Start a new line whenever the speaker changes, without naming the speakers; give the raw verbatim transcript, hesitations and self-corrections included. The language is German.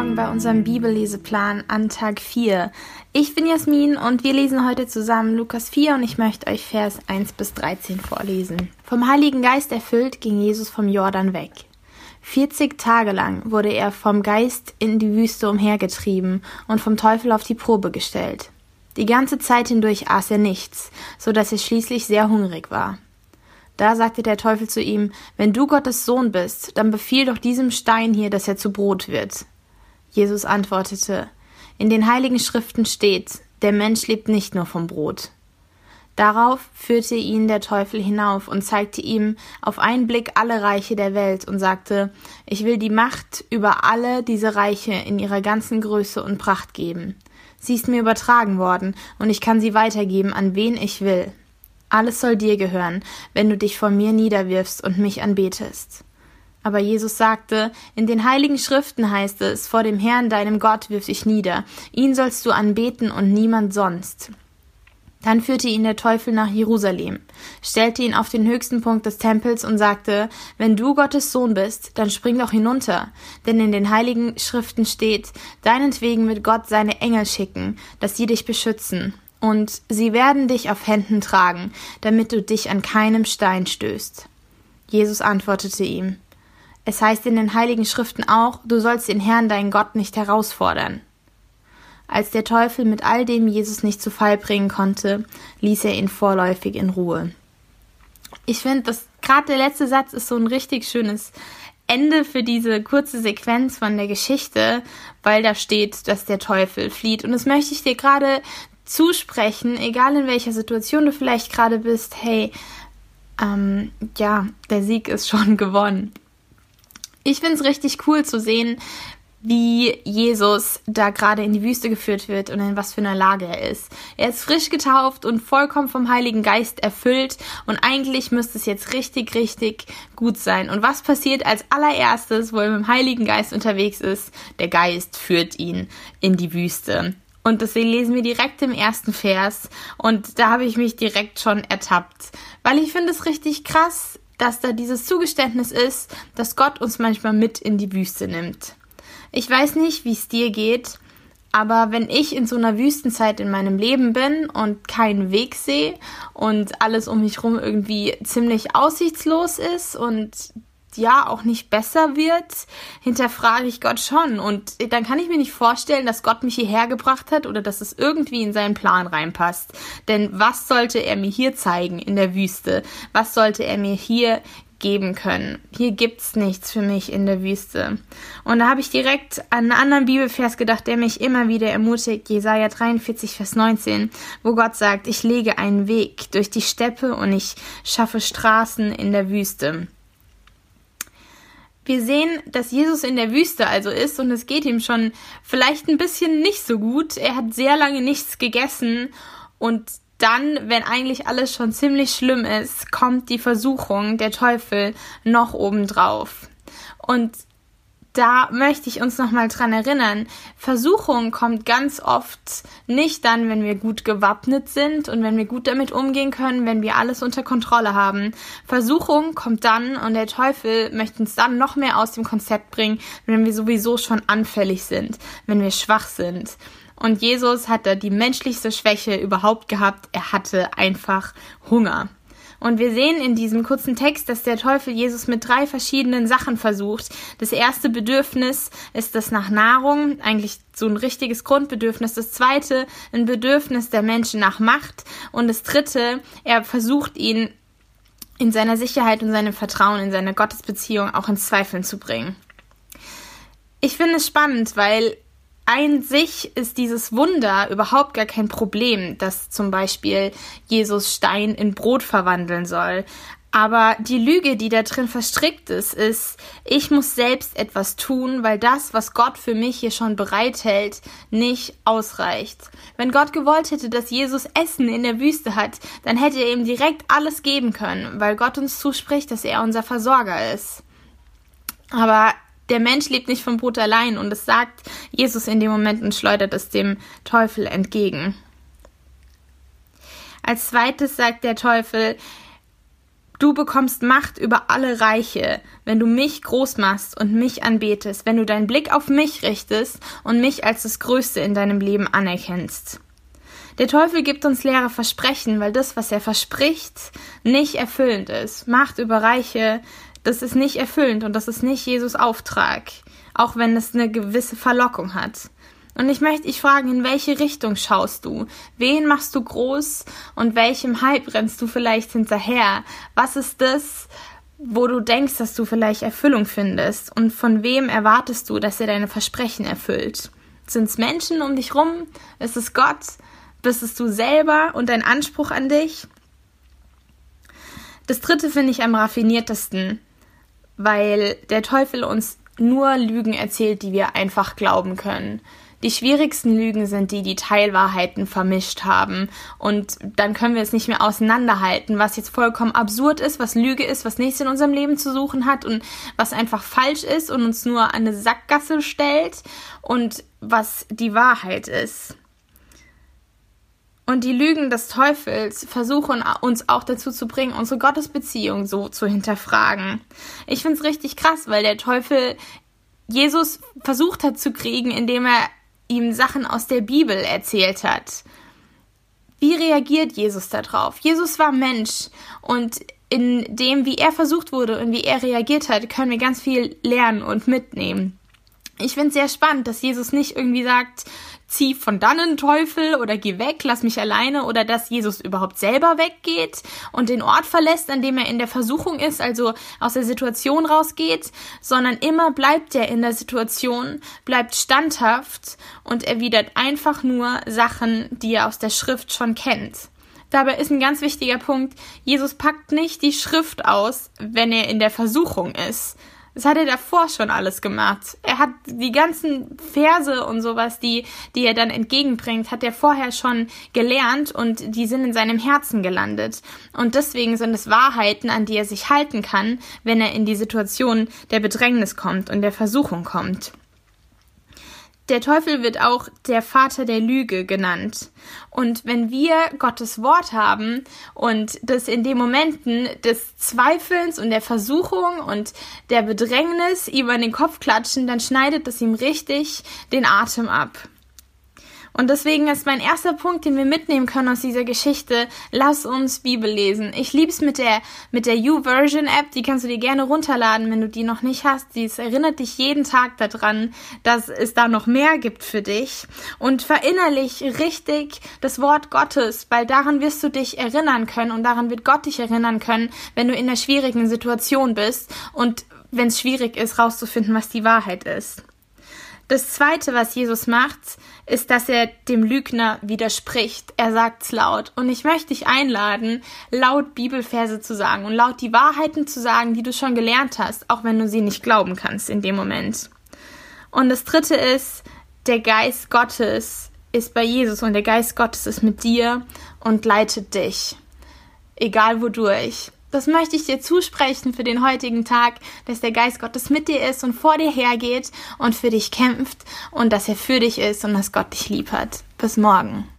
Morgen bei unserem Bibelleseplan an Tag vier. Ich bin Jasmin und wir lesen heute zusammen Lukas vier und ich möchte euch Vers eins bis dreizehn vorlesen. Vom Heiligen Geist erfüllt ging Jesus vom Jordan weg. vierzig Tage lang wurde er vom Geist in die Wüste umhergetrieben und vom Teufel auf die Probe gestellt. Die ganze Zeit hindurch aß er nichts, so dass er schließlich sehr hungrig war. Da sagte der Teufel zu ihm: Wenn du Gottes Sohn bist, dann befiehl doch diesem Stein hier, dass er zu Brot wird. Jesus antwortete: In den Heiligen Schriften steht, der Mensch lebt nicht nur vom Brot. Darauf führte ihn der Teufel hinauf und zeigte ihm auf einen Blick alle Reiche der Welt und sagte: Ich will die Macht über alle diese Reiche in ihrer ganzen Größe und Pracht geben. Sie ist mir übertragen worden und ich kann sie weitergeben, an wen ich will. Alles soll dir gehören, wenn du dich vor mir niederwirfst und mich anbetest. Aber Jesus sagte: In den Heiligen Schriften heißt es, vor dem Herrn, deinem Gott, wirf dich nieder. Ihn sollst du anbeten und niemand sonst. Dann führte ihn der Teufel nach Jerusalem, stellte ihn auf den höchsten Punkt des Tempels und sagte: Wenn du Gottes Sohn bist, dann spring doch hinunter. Denn in den Heiligen Schriften steht, deinetwegen wird Gott seine Engel schicken, dass sie dich beschützen. Und sie werden dich auf Händen tragen, damit du dich an keinem Stein stößt. Jesus antwortete ihm: Es heißt in den Heiligen Schriften auch, du sollst den Herrn, deinen Gott, nicht herausfordern. Als der Teufel mit all dem Jesus nicht zu Fall bringen konnte, ließ er ihn vorläufig in Ruhe. Ich finde, dass gerade der letzte Satz ist so ein richtig schönes Ende für diese kurze Sequenz von der Geschichte, weil da steht, dass der Teufel flieht. Und das möchte ich dir gerade zusprechen, egal in welcher Situation du vielleicht gerade bist. Hey, ähm, ja, der Sieg ist schon gewonnen. Ich finde es richtig cool zu sehen, wie Jesus da gerade in die Wüste geführt wird und in was für einer Lage er ist. Er ist frisch getauft und vollkommen vom Heiligen Geist erfüllt und eigentlich müsste es jetzt richtig, richtig gut sein. Und was passiert als allererstes, wo er mit dem Heiligen Geist unterwegs ist? Der Geist führt ihn in die Wüste. Und das lesen wir direkt im ersten Vers und da habe ich mich direkt schon ertappt, weil ich finde es richtig krass, dass da dieses Zugeständnis ist, dass Gott uns manchmal mit in die Wüste nimmt. Ich weiß nicht, wie es dir geht, aber wenn ich in so einer Wüstenzeit in meinem Leben bin und keinen Weg sehe und alles um mich herum irgendwie ziemlich aussichtslos ist und ja auch nicht besser wird, hinterfrage ich Gott schon. Und dann kann ich mir nicht vorstellen, dass Gott mich hierher gebracht hat oder dass es irgendwie in seinen Plan reinpasst. Denn was sollte er mir hier zeigen in der Wüste? Was sollte er mir hier geben können? Hier gibt's nichts für mich in der Wüste. Und da habe ich direkt an einen anderen Bibelvers gedacht, der mich immer wieder ermutigt, Jesaja dreiundvierzig, Vers neunzehn, wo Gott sagt: Ich lege einen Weg durch die Steppe und ich schaffe Straßen in der Wüste. Wir sehen, dass Jesus in der Wüste also ist und es geht ihm schon vielleicht ein bisschen nicht so gut. Er hat sehr lange nichts gegessen und dann, wenn eigentlich alles schon ziemlich schlimm ist, kommt die Versuchung, der Teufel, noch obendrauf. Und da möchte ich uns nochmal dran erinnern, Versuchung kommt ganz oft nicht dann, wenn wir gut gewappnet sind und wenn wir gut damit umgehen können, wenn wir alles unter Kontrolle haben. Versuchung kommt dann und der Teufel möchte uns dann noch mehr aus dem Konzept bringen, wenn wir sowieso schon anfällig sind, wenn wir schwach sind. Und Jesus hat da die menschlichste Schwäche überhaupt gehabt. Er hatte einfach Hunger. Und wir sehen in diesem kurzen Text, dass der Teufel Jesus mit drei verschiedenen Sachen versucht. Das erste Bedürfnis ist das nach Nahrung, eigentlich so ein richtiges Grundbedürfnis. Das zweite, ein Bedürfnis der Menschen nach Macht. Und das dritte, er versucht ihn in seiner Sicherheit und seinem Vertrauen, in seiner Gottesbeziehung auch in Zweifeln zu bringen. Ich finde es spannend, weil an sich ist dieses Wunder überhaupt gar kein Problem, dass zum Beispiel Jesus Stein in Brot verwandeln soll. Aber die Lüge, die da drin verstrickt ist, ist, ich muss selbst etwas tun, weil das, was Gott für mich hier schon bereithält, nicht ausreicht. Wenn Gott gewollt hätte, dass Jesus Essen in der Wüste hat, dann hätte er ihm direkt alles geben können, weil Gott uns zuspricht, dass er unser Versorger ist. Aber der Mensch lebt nicht vom Brot allein und es sagt Jesus in dem Moment und schleudert es dem Teufel entgegen. Als zweites sagt der Teufel, Du bekommst Macht über alle Reiche, wenn du mich groß machst und mich anbetest, wenn du deinen Blick auf mich richtest und mich als das Größte in deinem Leben anerkennst. Der Teufel gibt uns leere Versprechen, weil das, was er verspricht, nicht erfüllend ist. Macht über Reiche, das ist nicht erfüllend und das ist nicht Jesus' Auftrag, auch wenn es eine gewisse Verlockung hat. Und ich möchte dich fragen, in welche Richtung schaust du? Wen machst du groß und welchem Hype rennst du vielleicht hinterher? Was ist das, wo du denkst, dass du vielleicht Erfüllung findest? Und von wem erwartest du, dass er deine Versprechen erfüllt? Sind es Menschen um dich rum? Ist es Gott? Bist es du selber und dein Anspruch an dich? Das dritte finde ich am raffiniertesten, weil der Teufel uns nur Lügen erzählt, die wir einfach glauben können. Die schwierigsten Lügen sind die, die Teilwahrheiten vermischt haben. Und dann können wir es nicht mehr auseinanderhalten, was jetzt vollkommen absurd ist, was Lüge ist, was nichts in unserem Leben zu suchen hat und was einfach falsch ist und uns nur an eine Sackgasse stellt und was die Wahrheit ist. Und die Lügen des Teufels versuchen uns auch dazu zu bringen, unsere Gottesbeziehung so zu hinterfragen. Ich finde es richtig krass, weil der Teufel Jesus versucht hat zu kriegen, indem er ihm Sachen aus der Bibel erzählt hat. Wie reagiert Jesus darauf? Jesus war Mensch und in dem, wie er versucht wurde und wie er reagiert hat, können wir ganz viel lernen und mitnehmen. Ich finde es sehr spannend, dass Jesus nicht irgendwie sagt, zieh von dannen, Teufel, oder geh weg, lass mich alleine, oder dass Jesus überhaupt selber weggeht und den Ort verlässt, an dem er in der Versuchung ist, also aus der Situation rausgeht, sondern immer bleibt er in der Situation, bleibt standhaft und erwidert einfach nur Sachen, die er aus der Schrift schon kennt. Dabei ist ein ganz wichtiger Punkt, Jesus packt nicht die Schrift aus, wenn er in der Versuchung ist. Das hat er davor schon alles gemacht. Er hat die ganzen Verse und sowas, die, die er dann entgegenbringt, hat er vorher schon gelernt und die sind in seinem Herzen gelandet. Und deswegen sind es Wahrheiten, an die er sich halten kann, wenn er in die Situation der Bedrängnis kommt und der Versuchung kommt. Der Teufel wird auch der Vater der Lüge genannt. Und wenn wir Gottes Wort haben und das in den Momenten des Zweifelns und der Versuchung und der Bedrängnis ihm an den Kopf klatschen, dann schneidet es ihm richtig den Atem ab. Und deswegen ist mein erster Punkt, den wir mitnehmen können aus dieser Geschichte, lass uns Bibel lesen. Ich lieb's mit der mit der YouVersion-App, die kannst du dir gerne runterladen, wenn du die noch nicht hast. Die erinnert dich jeden Tag daran, dass es da noch mehr gibt für dich. Und verinnerlich richtig das Wort Gottes, weil daran wirst du dich erinnern können und daran wird Gott dich erinnern können, wenn du in einer schwierigen Situation bist und wenn es schwierig ist, rauszufinden, was die Wahrheit ist. Das Zweite, was Jesus macht, ist, dass er dem Lügner widerspricht. Er sagt's laut. Und ich möchte dich einladen, laut Bibelverse zu sagen und laut die Wahrheiten zu sagen, die du schon gelernt hast, auch wenn du sie nicht glauben kannst in dem Moment. Und das Dritte ist, der Geist Gottes ist bei Jesus und der Geist Gottes ist mit dir und leitet dich, egal wodurch. Das möchte ich dir zusprechen für den heutigen Tag, dass der Geist Gottes mit dir ist und vor dir hergeht und für dich kämpft und dass er für dich ist und dass Gott dich lieb hat. Bis morgen.